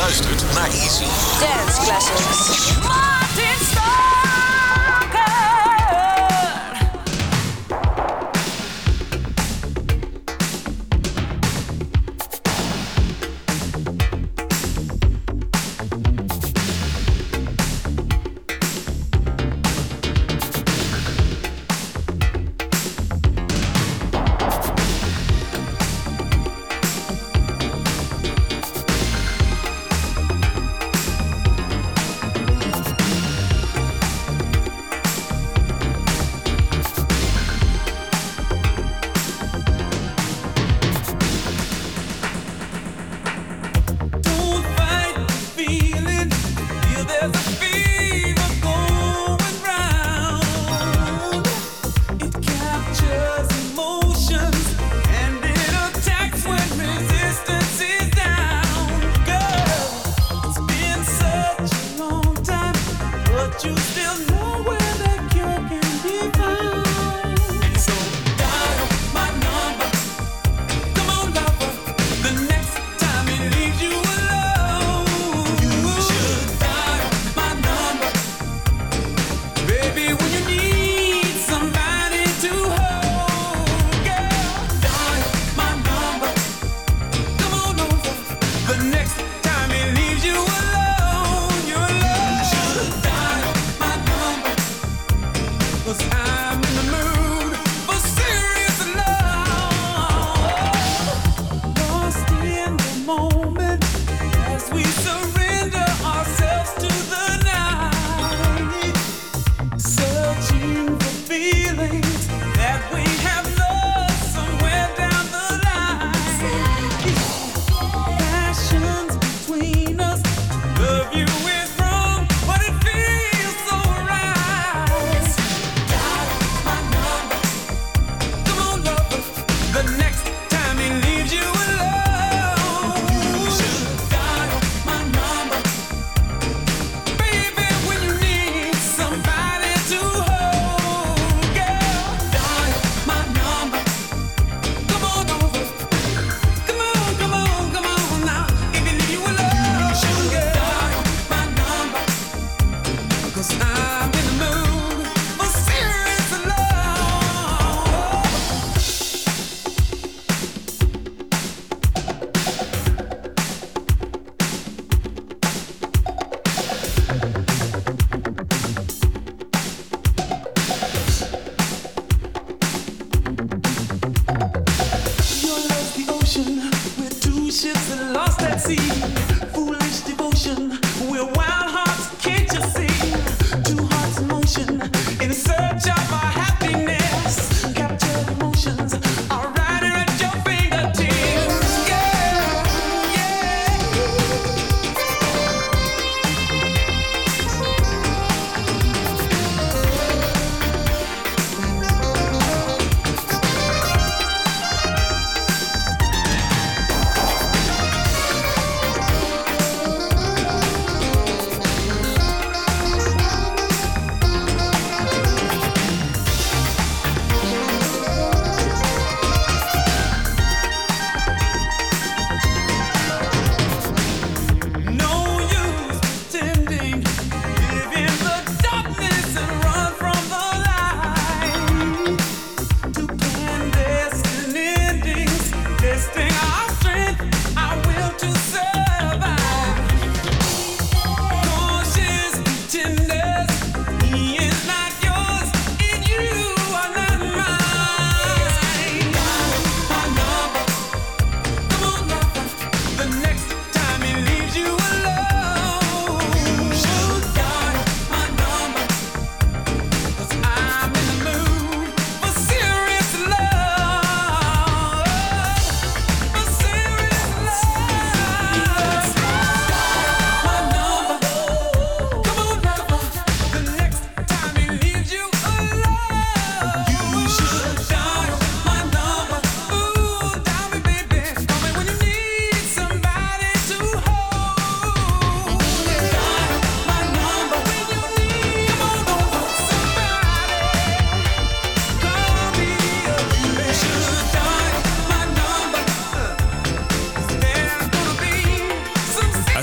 luistert naar Easy. Dance Classics. Martin Starr.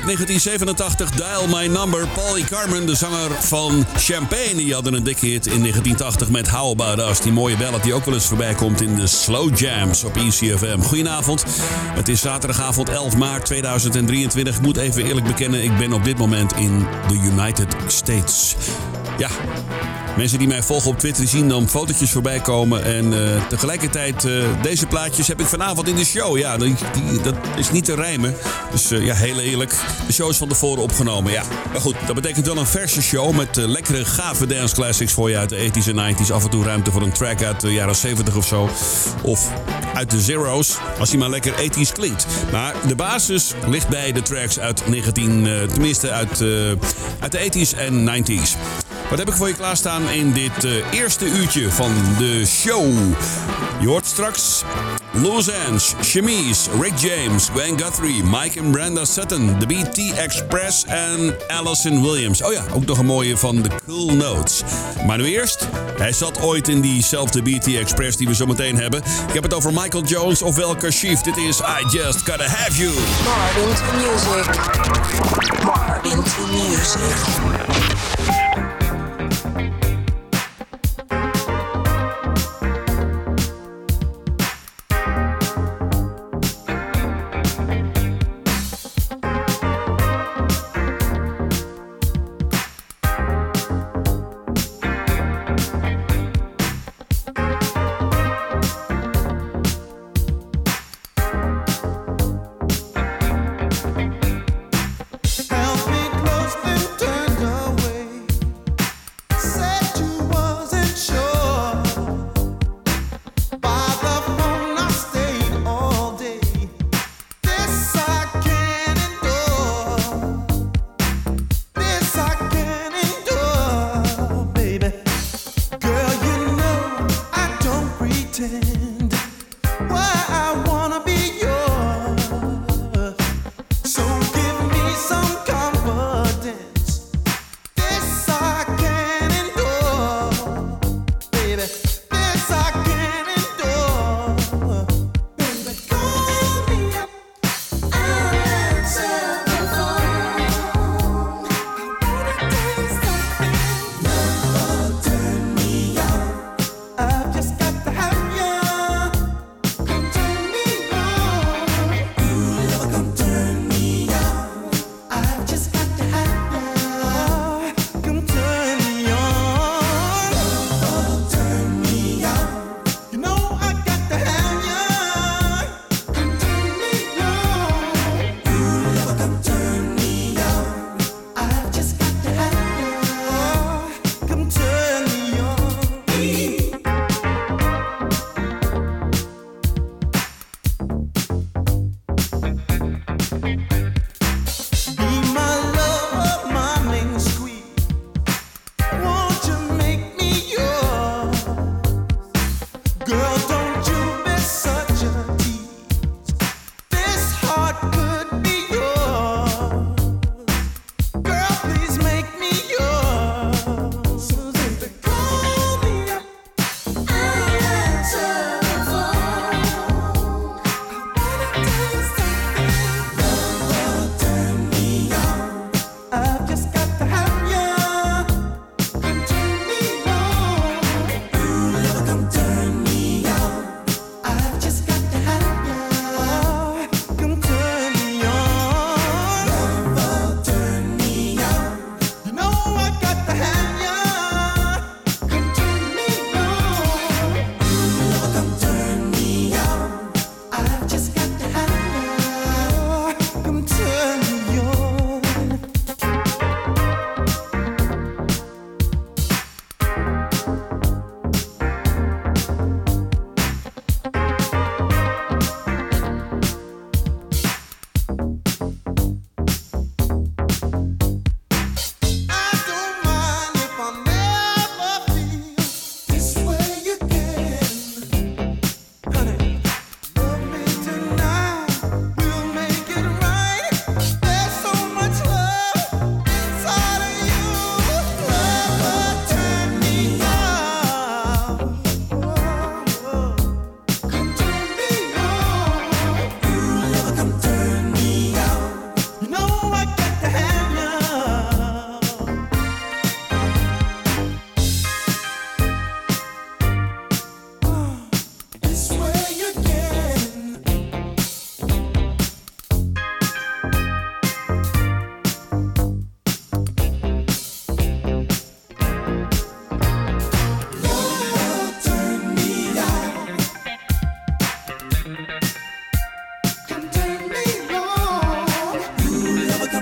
Uit 1987, Dial My Number. Paulie Carmen, de zanger van Champagne, die hadden een dikke hit in 1980 met How About Us. Die mooie ballad die ook wel eens voorbij komt in de Slow Jams op ECFM. Goedenavond, het is zaterdagavond 11 maart 2023. Ik moet even eerlijk bekennen, ik ben op dit moment in de United States. Ja, mensen die mij volgen op Twitter zien dan fotootjes voorbij komen. En tegelijkertijd, deze plaatjes heb ik vanavond in de show. Ja, dat is niet te rijmen. Dus ja, heel eerlijk. De show is van tevoren opgenomen. Ja, maar goed, dat betekent wel een verse show met lekkere, gave dance classics voor je uit de 80s en 90s. Af en toe ruimte voor een track uit de jaren 70 of zo. Of uit de Zero's, als hij maar lekker 80s klinkt. Maar de basis ligt bij de tracks uit uit de 80s en 90s. Wat heb ik voor je klaarstaan in dit eerste uurtje van de show? Je hoort straks Loose Ends, Chemise, Rick James, Gwen Guthrie, Mike en Brenda Sutton, The BT Express en Allison Williams. Oh ja, ook nog een mooie van The Cool Notes. Maar nu eerst, hij zat ooit in diezelfde BT Express die we zo meteen hebben. Ik heb het over Michael Jones ofwel Kashif. Dit is I Just Gotta Have You. Martin to music. Martin to music. Help me close then turn away. Come turn me on.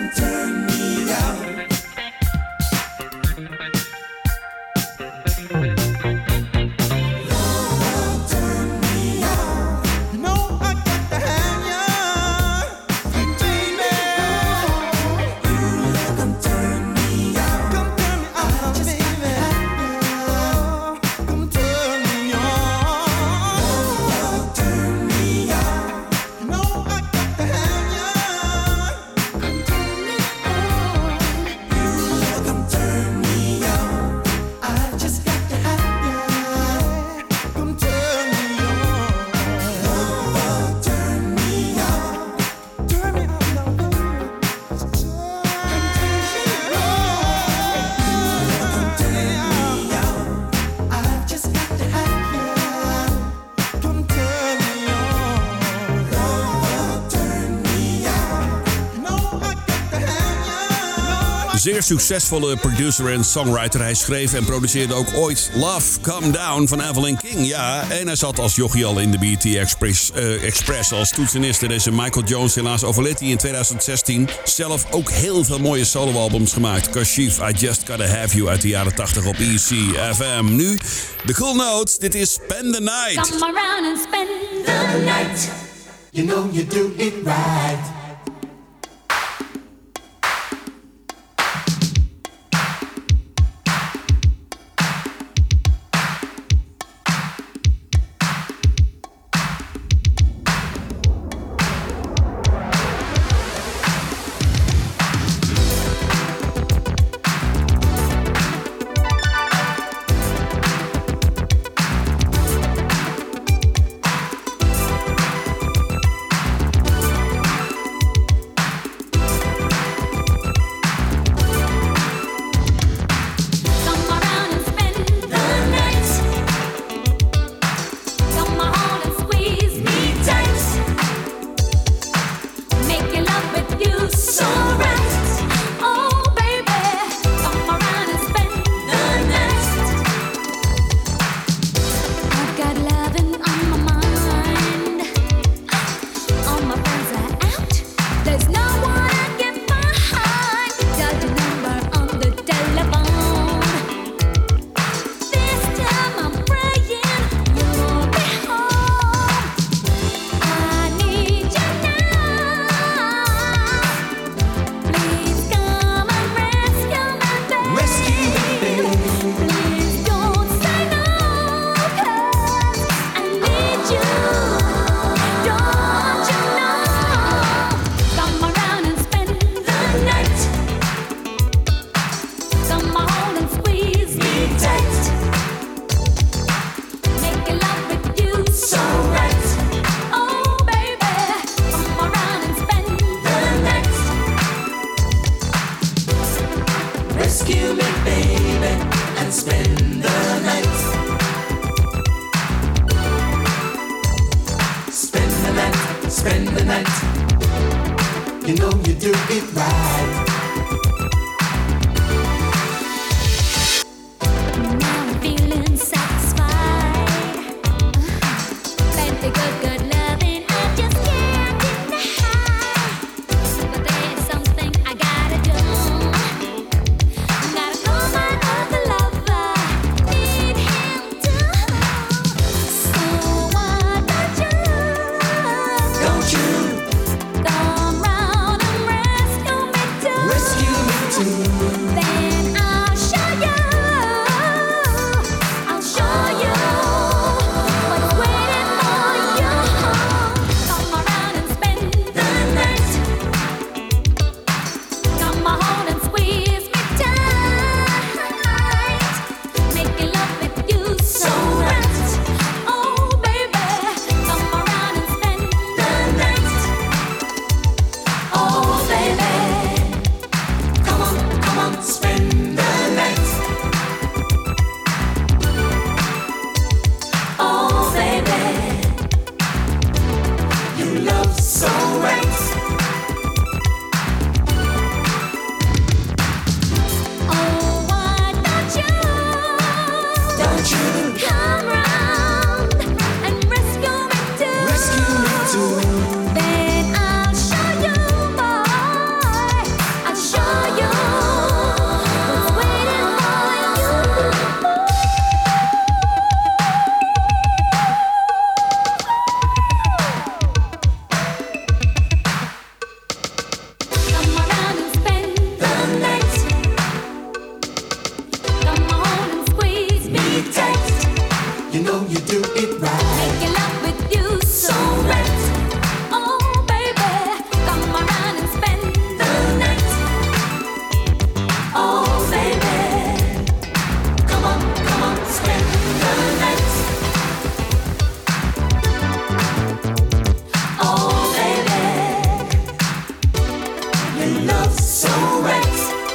Zeer succesvolle producer en songwriter. Hij schreef en produceerde ook ooit Love Come Down van Evelyn King. Ja, en hij zat als jochie al in de BT Express als toetseniste. Deze Michael Jones, helaas overleed hij in 2016. Zelf ook heel veel mooie soloalbums gemaakt. Kashif, I Just Gotta Have You uit de jaren 80 op ECFM. Nu, de Cool Notes. Dit is Spend the Night. Come around and spend the night. You know you do it right. You know you do it right. Now I'm feeling satisfied. Plenty good loving, I just can't deny. But there's something I gotta do. Gotta call my other lover, need him too. So what don't you come round and rest making love so right.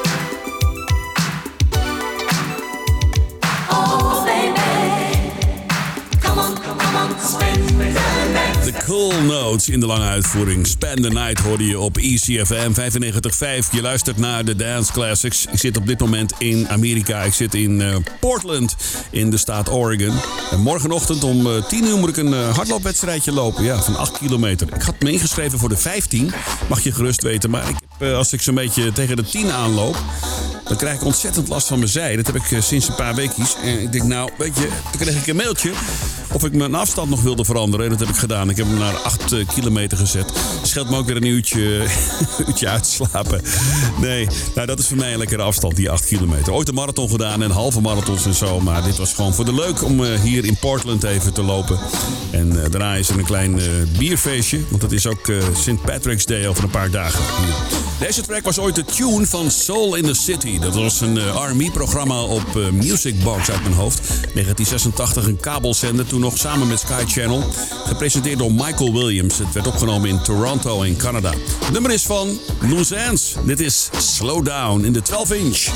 Oh baby, come on, spend the night. The Cool Notes in de lange uitvoering. Spend the Night hoorde je op ECFM 95.5. Je luistert naar de Dance Classics. Ik zit op dit moment in Amerika. Ik zit in Portland in de staat Oregon. En morgenochtend om 10 uur moet ik een hardloopwedstrijdje lopen. Ja, van 8 kilometer. Ik had me ingeschreven voor de 15. Mag je gerust weten. Maar als ik zo'n beetje tegen de 10 aanloop, dan krijg ik ontzettend last van mijn zij. Dat heb ik sinds een paar weekjes. En ik denk, nou, weet je, dan kreeg ik een mailtje of ik mijn afstand nog wilde veranderen. En dat heb ik gedaan. Ik heb hem naar 8 kilometer gezet. Scheelt me ook weer een uurtje uitslapen. Nee, nou dat is voor mij een lekkere afstand, die 8 kilometer. Ooit een marathon gedaan en halve marathons en zo. Maar dit was gewoon voor de leuk om hier in Portland even te lopen. En daarna is er een klein bierfeestje. Want dat is ook St. Patrick's Day over een paar dagen hier. Deze track was ooit de tune van Soul in the City. Dat was een R&B-programma op Music Box uit mijn hoofd. 1986, een kabelzender, toen nog samen met Sky Channel. Gepresenteerd door Michael Williams. Het werd opgenomen in Toronto in Canada. Het nummer is van Loose Ends. Dit is Slow Down in de 12-inch.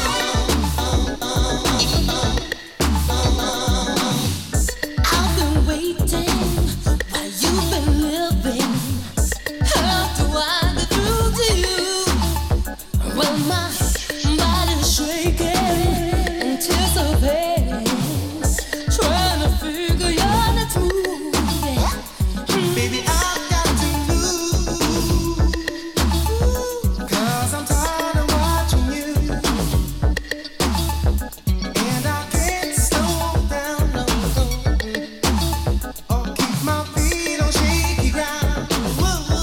I've been waiting while you've been living. How do I get through to you? Well, my body's shaking and tears of pain, trying to figure your next move. Baby, I've got to move, 'cause I'm tired of watching you, and I can't slow down, no, or keep my feet on shaky ground. Whoa.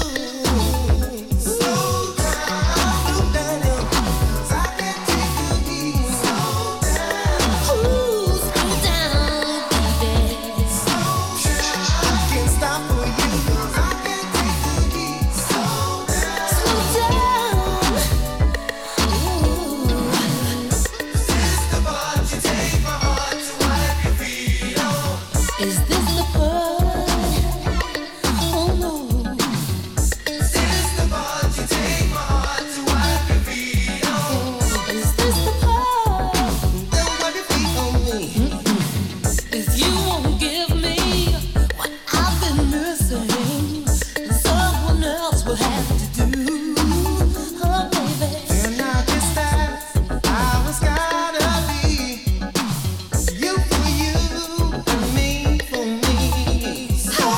Slow down, 'cause I can't take the heat. Slow down, Ooh, slow down, baby. I can't stop for you, 'cause I can't take the heat. Slow down. Slow down. Ooh. Sister, but you take my heart to wipe your feet on. Is this the part? Oh no. Sister, but you take my heart to wipe your feet on. Is this the part? Don't wipe your feet on me. If you won't give me what I've been missing, someone else will have to do. Oh baby. And I guess that I was gotta be you for you and me for me. I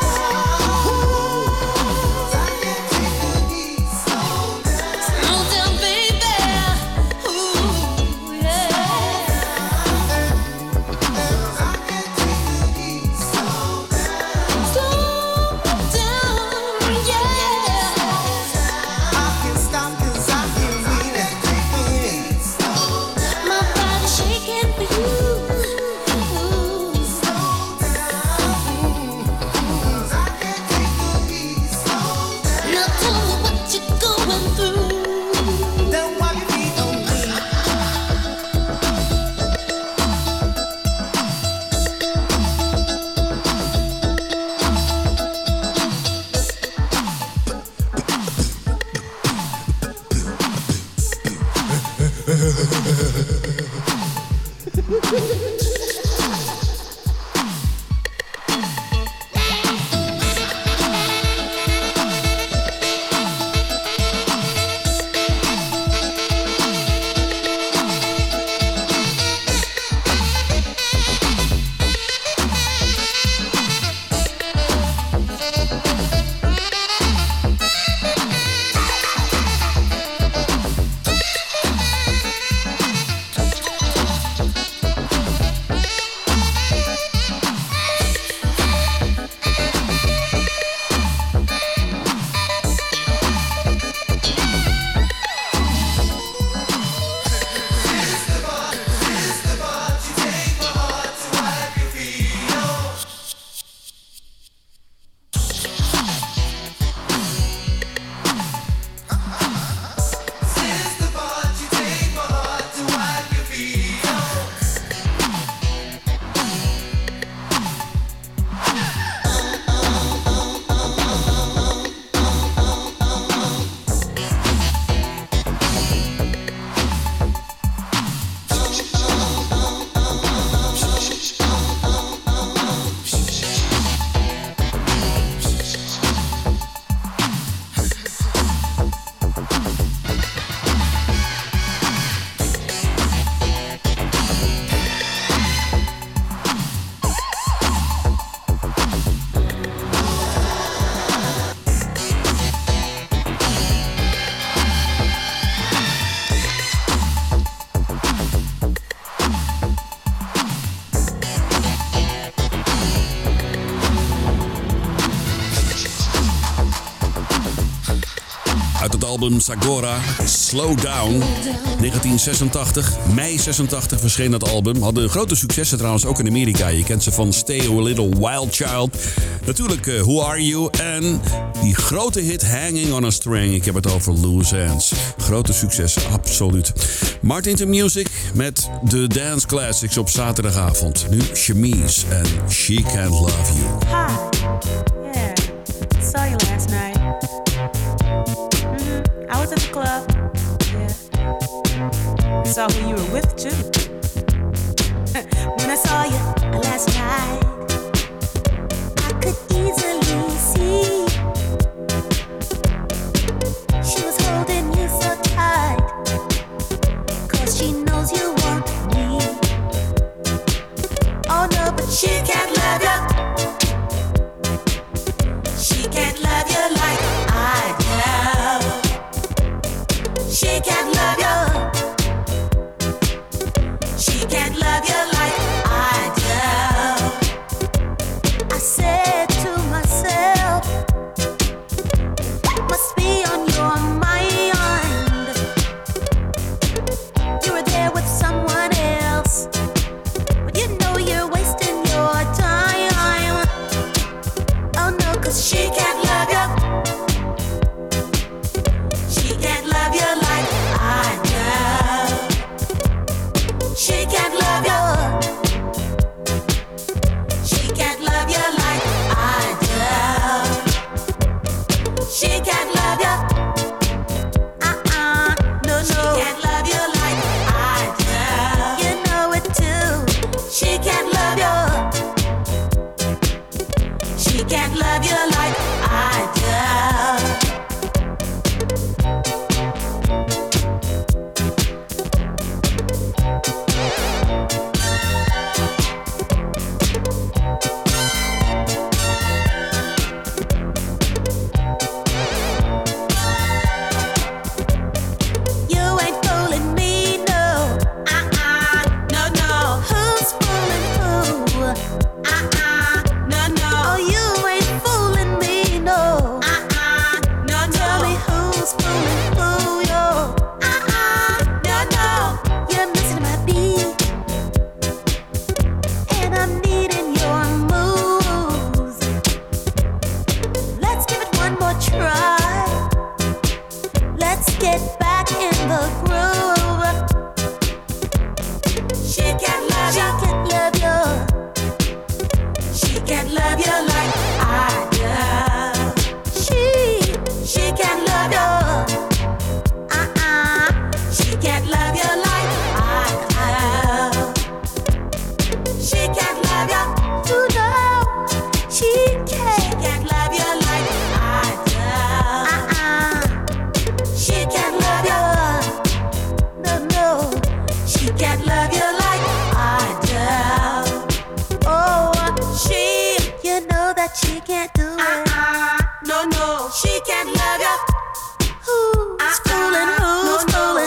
can't take the heat. Slow down. Slow down, baby. Ooh, yeah. I can't take the heat. Slow down. Slow down, yeah. I can't stop 'cause I can't really take the heat. My body's shaking for you. Ooh. Slow down. 'Cause I can't take the heat. Slow down. Now tell me what you're going through. Don't wipe your feet on me. album Zagora, Slow Down. 1986, mei 86 verscheen dat album. Hadden grote successen trouwens ook in Amerika. Je kent ze van Stay a Little Wild Child. Natuurlijk Who Are You? En die grote hit Hanging on a String. Ik heb het over Loose Ends. Grote succes, absoluut. Martin to Music met de Dance Classics op zaterdagavond. Nu Chemise en She Can't Love You. Hi. Yeah. Saw you last night. I was at the club. Yeah. Saw who you were with too. When I saw you last night, I could easily see she was holding you so tight, 'cause she knows you want me. Oh no, but she can't love you. She can't love you like I do. She can't love you. She can't love you like I do. I said to myself, must be on your mind. You were there with someone else, but you know you're wasting your time. Oh no, 'cause she can't love you. She can't love you like I do. She can't love you. She can't love you like I do. She can't love you. No, no. She can't love you like I do. You know it too. She can't love you. She can't love you like I do. You ain't fooling me, no. No, no. Who's fooling who? No, no. Oh, you ain't fooling me, no. No, no. Tell me who's fooling who, yo. No, no. You're missing my beat, and I'm needing your moves. Let's give it one more try. Let's get back in the groove. She can't love you. She can't love you. She can't love you like I do. She can't love you. She can't love you like I do. She can't love you. You know she can't love you like I do. She can't love you. No, no. She can't love you like I do. Oh, you know that she can't do it. No, no. She can't love you. Who's fooling? Who's fooling?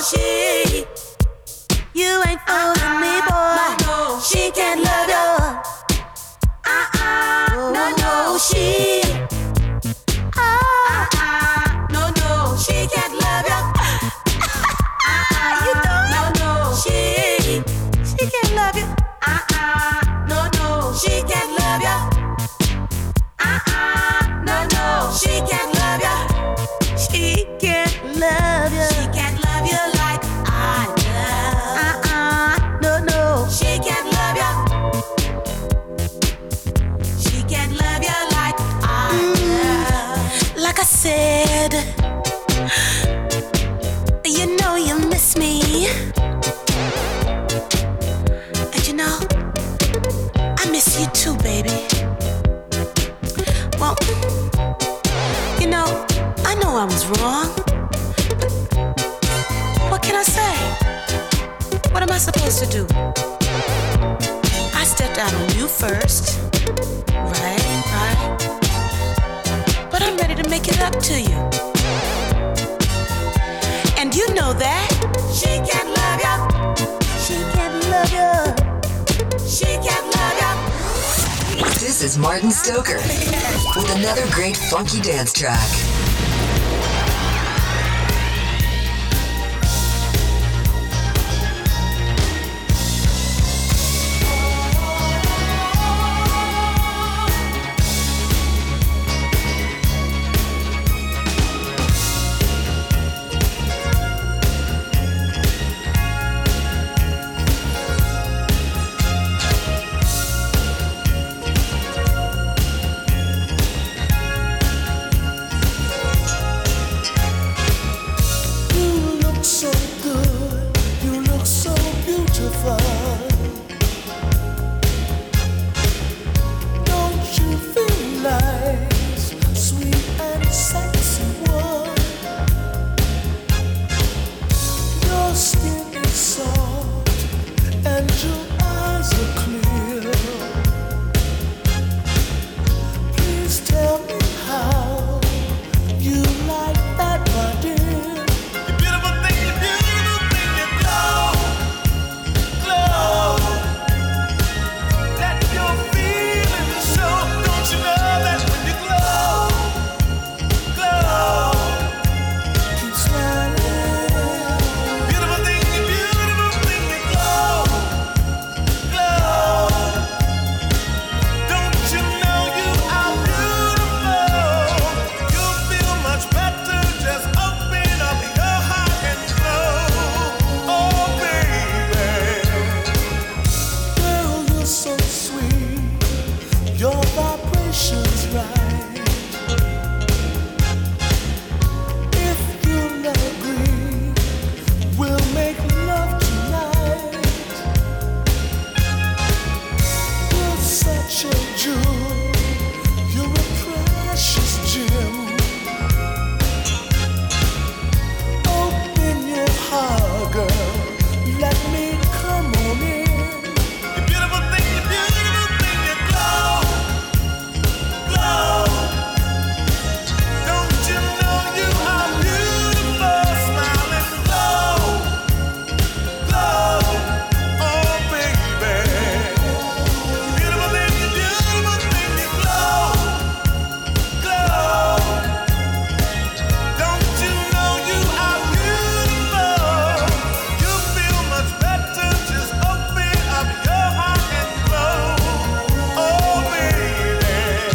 You ain't fooling me, boy. No, she can't love you. No, no. No, no. She can't love you. You know no, no. She can't love you. No, no. She can't love you. No, no. She can't love you. She can't love you. She can't love you like I do. No, no. She can't love you. She can't love you like I do. Like I said, you know you miss me. And you know, I miss you too, baby. Well, you know I was wrong. But what can I say? What am I supposed to do? I stepped out on you first. Right. But I'm ready to make it up to you. And you know that she can't love you. She can't love you. She can't love you. This is Martin Stoker with another great funky dance track. skin is soft and your eyes are clear. Please tell me how you like that, my dear. You beautiful thing, you glow, glow. Let your feelings show. Don't you know that when you glow, glow, keep smiling. Beautiful thing, you glow, glow. Don't you know you are beautiful? You'll feel much better. Just open up your heart and glow. Oh, baby. Girl, you're so sweet. Your vibration's right. If you'll agree, we'll make love tonight. You're such a jewel. You're a precious gem. Open your heart, girl. Let me come on in. You beautiful thing, you glow, glow. Don't you know you are beautiful, smiling, glow, glow. Oh, baby. Beautiful thing, you glow, glow. Don't you know you are beautiful? You feel much better. Just open up your heart and glow. Oh, baby.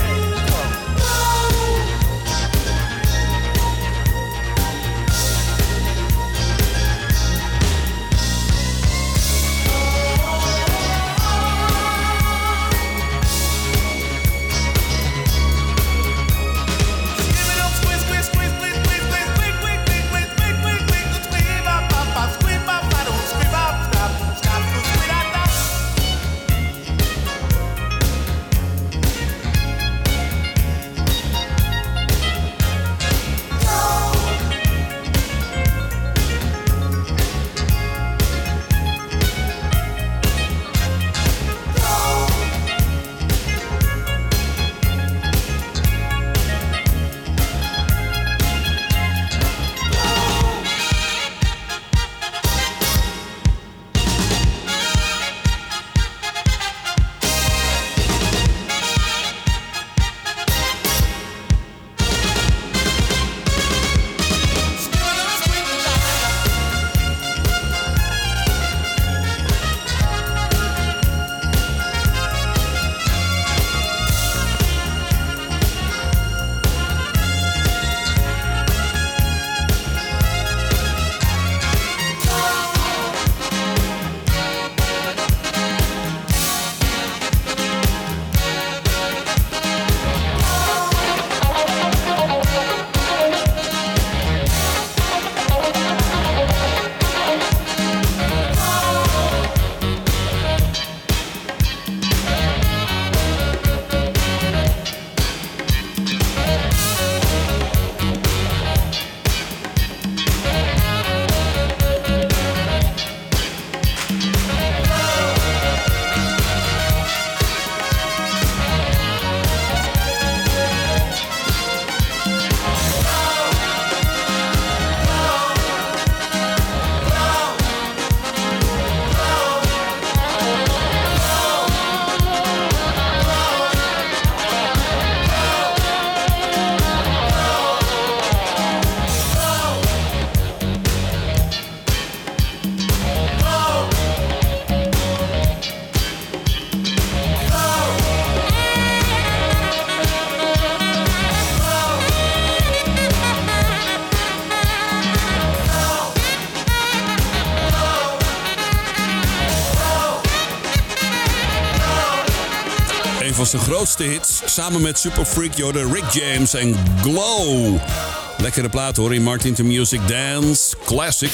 Een van zijn grootste hits, samen met Super Freak Yoda, Rick James en Glow. Lekkere plaat hoor in Martin to Music Dance Classics.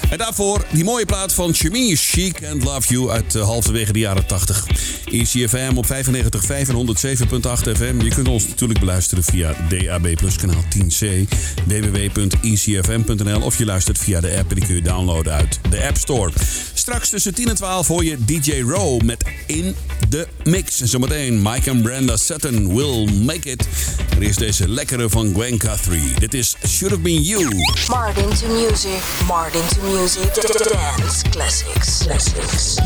En daarvoor die mooie plaat van Chemise, She Can't Love You uit halverwege de jaren 80. ECFM op 95.5 en 107.8 FM. Je kunt ons natuurlijk beluisteren via DAB+ kanaal 10C, www.ecfm.nl of je luistert via de app en die kun je downloaden uit de App Store. Straks tussen 10 en 12 hoor je DJ Row met In The Mix. En zometeen Mike en Brenda Sutton Will Make It. Er is deze lekkere van Gwen Guthrie. Dit is Should Have Been You. Martin to music. Martin to music. Dance classics. Classics.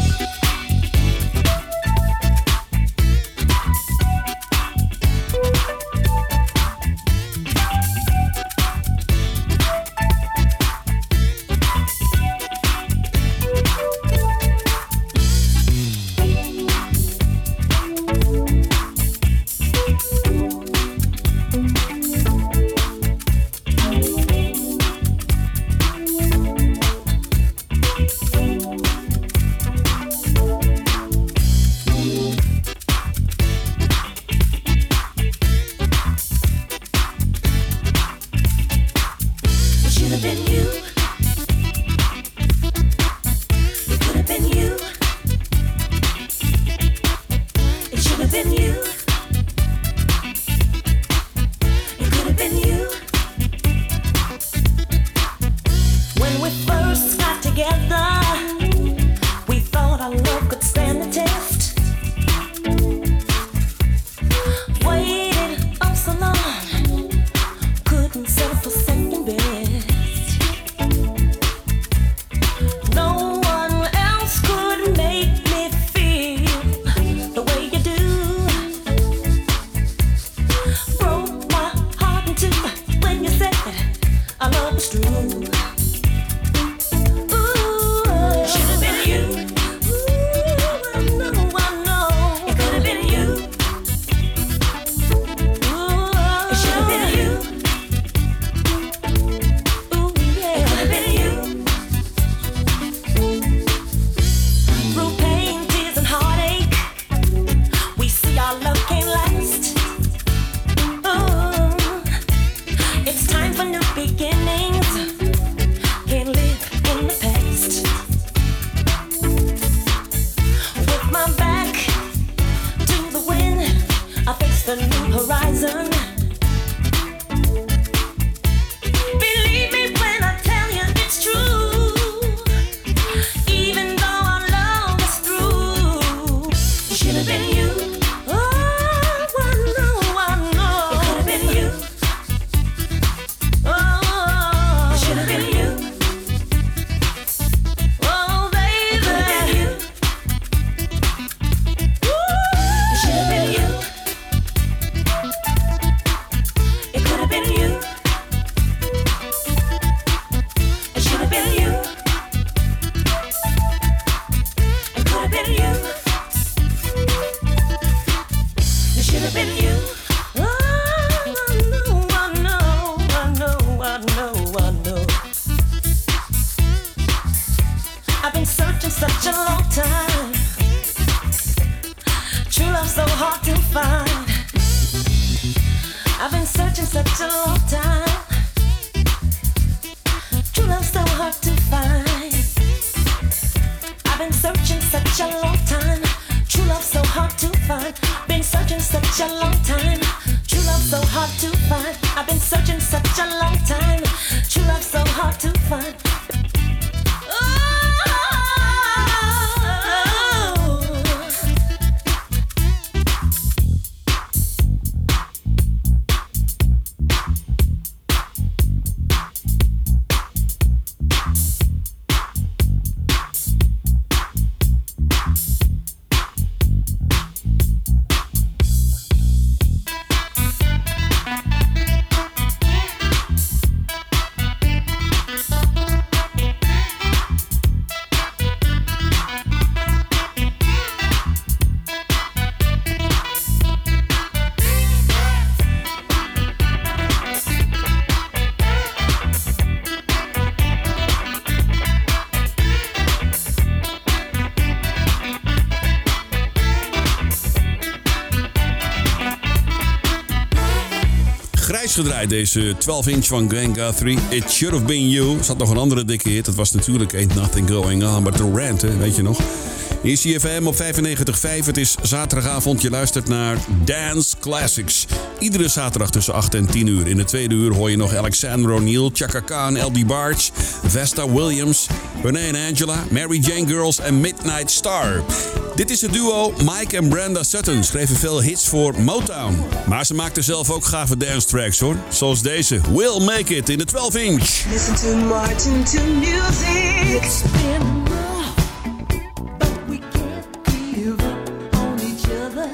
gedraaid, deze 12-inch van Glenn Guthrie. It Should Have Been You. Er zat nog een andere dikke hit. Dat was natuurlijk Ain't Nothing Going On, but The Rant, hè, weet je nog. ICFM op 95.5. Het is zaterdagavond. Je luistert naar Dance Classics. Iedere zaterdag tussen 8 en 10 uur. In de tweede uur hoor je nog Alexander O'Neal, Chaka Khan, L.D. Barge, Vesta Williams, Renee en Angela, Mary Jane Girls en Midnight Star. Dit is het duo Mike en Brenda Sutton. Schreven veel hits voor Motown. Maar ze maakten zelf ook gave dance tracks hoor. Zoals deze, We'll Make It in de 12-inch. Listen to Martin to music. It's been rough, but we can't give up on each other.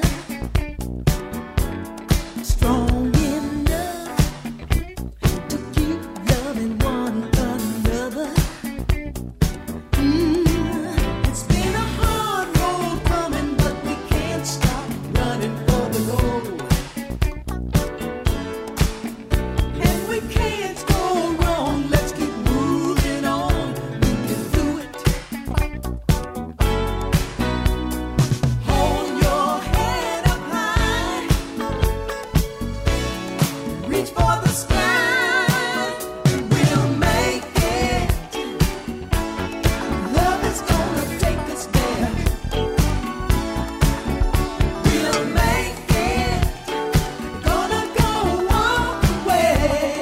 Strong enough to keep loving one another. It's been a hard road coming, but we can't stop running for the goal. And we can't go wrong. Let's keep moving on. We can do it. Hold your head up high. Reach for the sky. We'll make it. Love is gonna take us there. We'll make it. Gonna go all the way.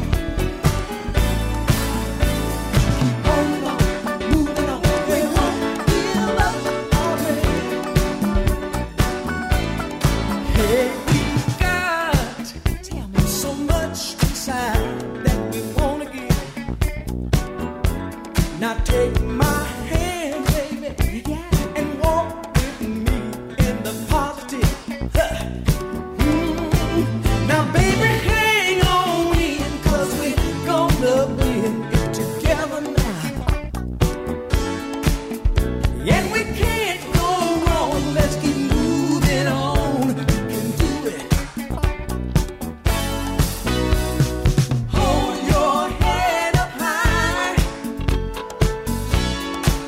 Hold on, moving on. We won't give up already. Hey, we've got so much inside that we wanna give. Now take my hand, baby, and walk with me in the positive. Now, baby, hang on in, 'cause we're gonna win it together now. And we can't go wrong. Let's keep moving on. We can do it. Hold your head up high.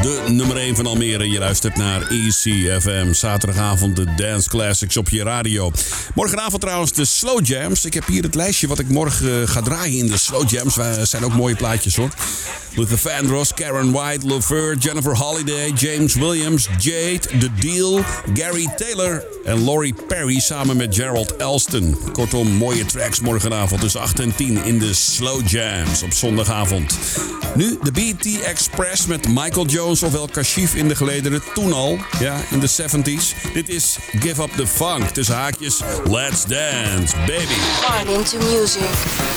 de nummer 1 van Almere. Je luistert naar ECFM. Zaterdagavond de Dance Classics op je radio. Morgenavond trouwens de Slow Jams. Ik heb hier het lijstje wat ik morgen ga draaien in de Slow Jams. Er zijn ook mooie plaatjes hoor. Luther Vandross, Karen White, Lefeur, Jennifer Holliday, James Williams, Jade, The Deal, Gary Taylor en Laurie Perry samen met Gerald Elston. Kortom, mooie tracks morgenavond tussen 8 en 10 in de Slow Jams op zondagavond. Nu de BT Express met Michael Jones, ofwel Kashif in de gelederen, toen al, ja, in de 70s. Dit is Give Up the Funk, tussen haakjes Let's Dance, baby. Martin to music.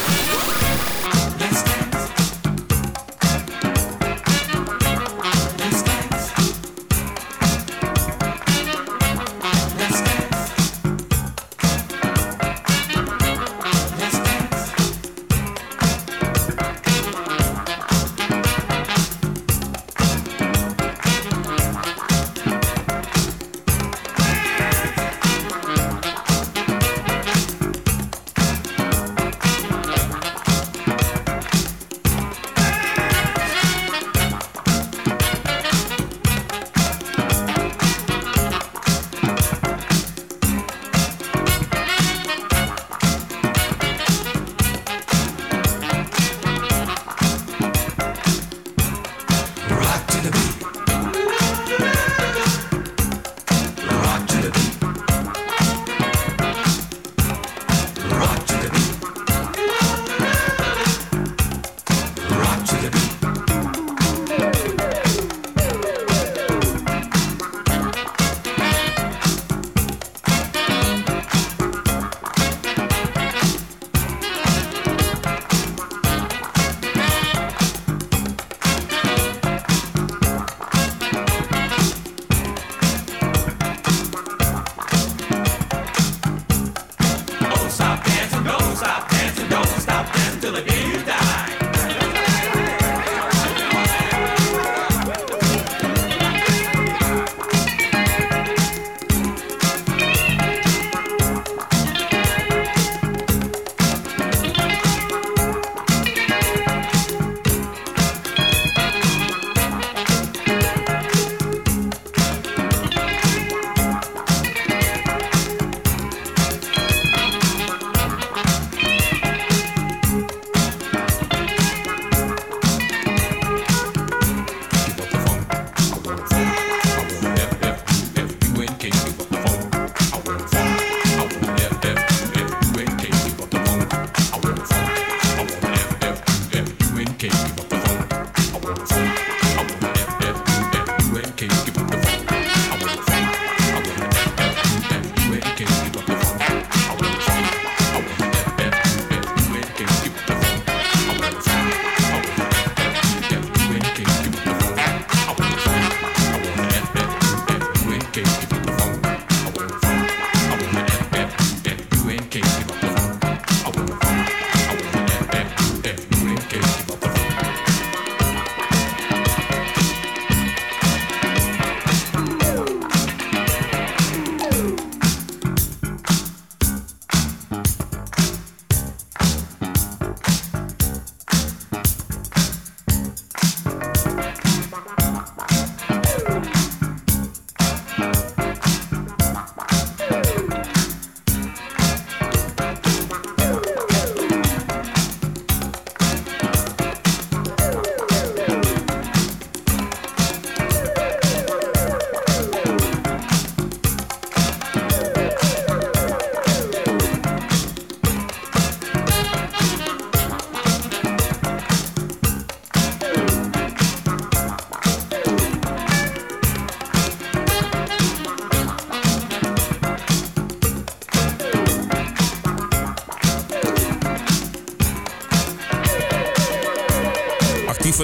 Van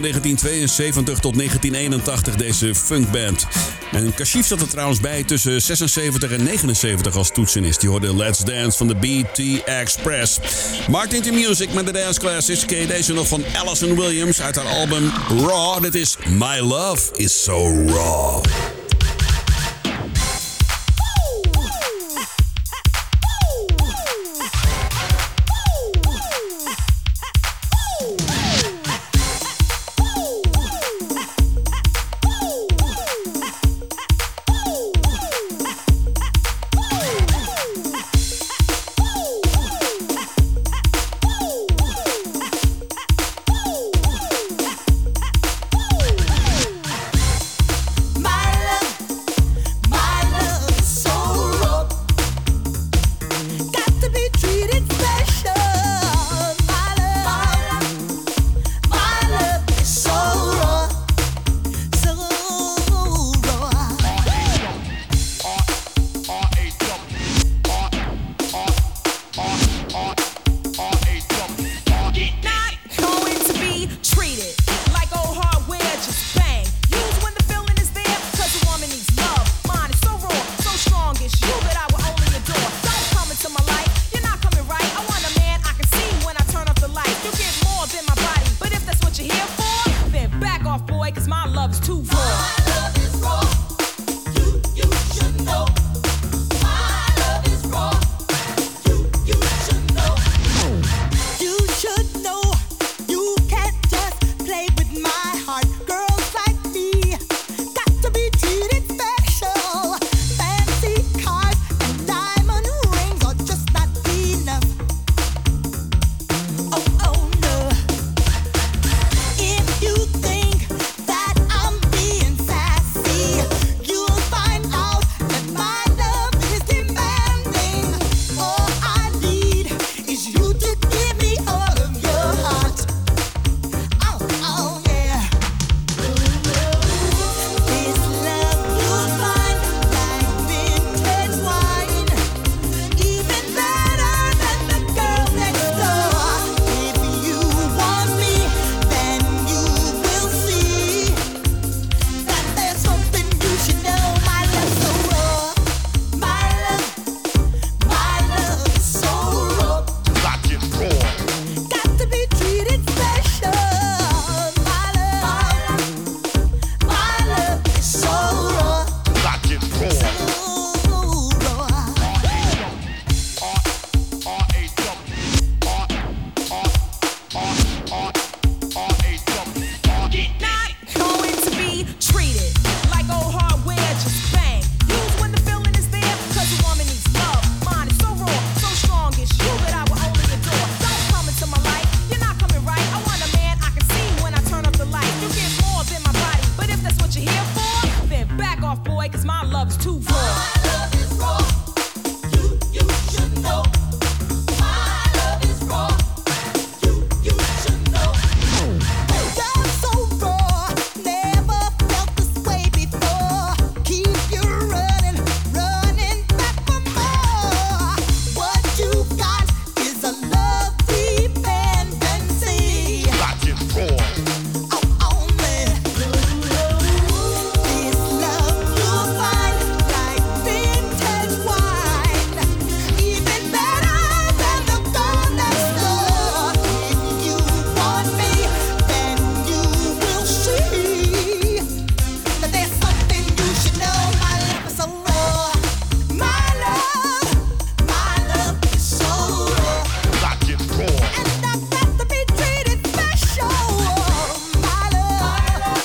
1972 tot 1981 deze funkband. En Kashif zat er trouwens bij tussen 76 en 79 als toetsenist. Die hoorde Let's Dance van de BT Express. Martin to Music met de Dance Classics. Ken je deze nog van Alison Williams uit haar album Raw. Dit is My Love is So Raw. love is too raw. My love is raw. You should know. My love is raw. You should know. You should know you can't just play with my heart. Girls like me got to be treated special. Fancy cars and diamond rings are just not enough. Oh no. If you think that I'm being sassy, you'll find out that my love is demanding. All I need is you to give me all of your heart. Oh yeah. This love you'll find like vintage wine, even better than the girl next door. If you want me, then you will see that there's something you should know. My love's so raw. My love is so raw. Got it raw. Got to be treated special. My love is so raw. Got it raw. So raw. Not going to be treated like old hardware, just bang. Use when the feeling is there, cause a woman needs love. Mine is so raw, so strong, it's you that I will only adore. Don't come into my life, you're not coming right. I want a man I can see when I turn up the light. You get more than my body, but if that's what you're here for, then back off, boy, cause my love is too raw. My love is raw. You should know. My love is raw. You should know. You're so raw, never felt this way before. Keep you running back for more. What you got is a love dependency. Got it raw. Oh man, this love you'll find like vintage wine, even better than the girl next door. If you want me, then you will see that there's something you should know. My love is so raw. My love is so raw. Got it raw. And I've got to be treated special. My love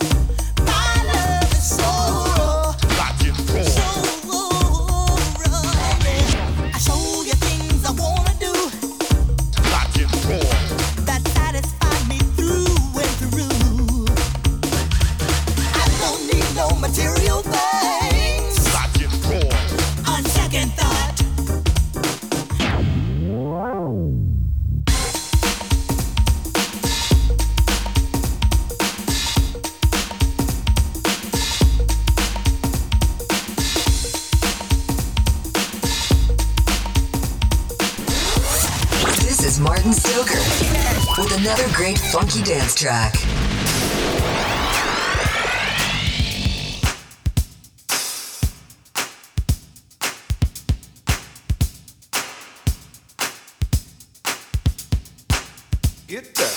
is so raw, Got it raw. so raw. I show you things I wanna do Got it raw. that satisfy me through and through. I don't need no material things. Got it raw. On second thought. This is Martin Stoker with another great funky dance track. Get that.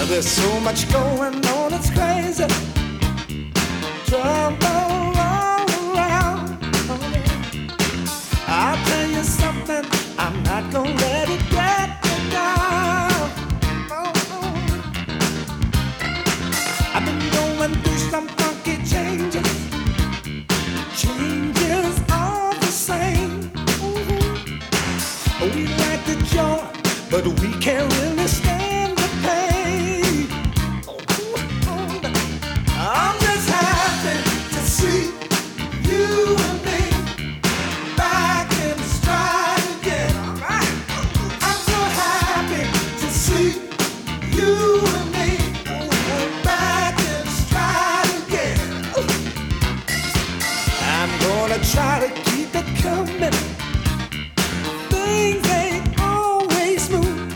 There's so much going on, it's crazy. Trouble all around. I'll tell you something, I'm not gonna let it get me down. I've been going through some funky changes. Changes all the same. We like the joy, but we can't really stand the pain. I'm just happy to see you and me back in stride again. I'm so happy to see you and me back in stride again. I'm gonna try to keep it coming. Things ain't always smooth,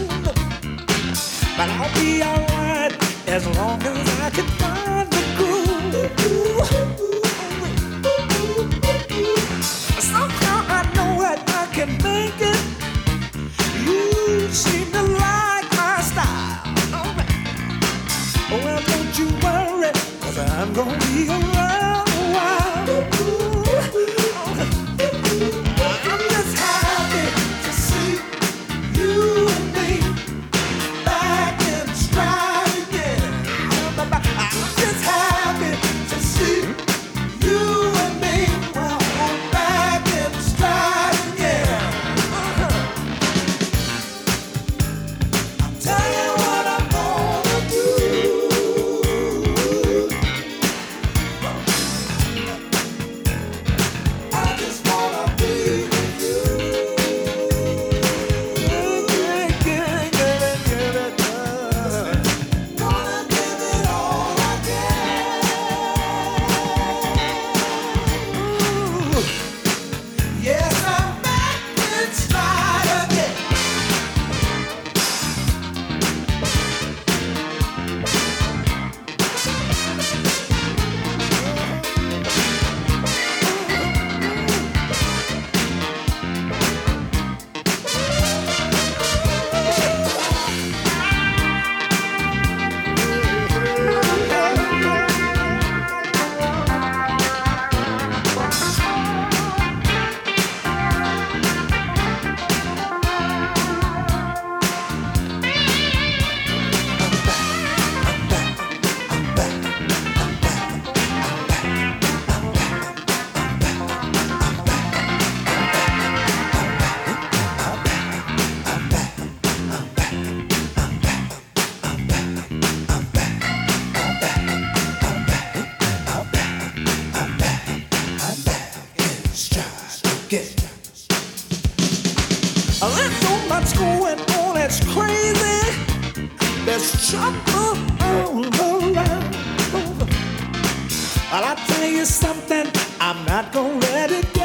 but I'll be alright as long as I can find the groove. Somehow I know that I can make it. You seem to like my style. Well, don't you worry, 'cause I'm gonna be around a while. I'm just happy to see you and me back in stride again. I'm just happy to see you and me back in stride again. I'll tell you what I'm gonna do. I just wanna be with you. Wanna give it all I can. Yes, I'm back in stride again. There's so much going on, it's crazy. There's trouble all around. Well, I'll tell you something, I'm not gonna let it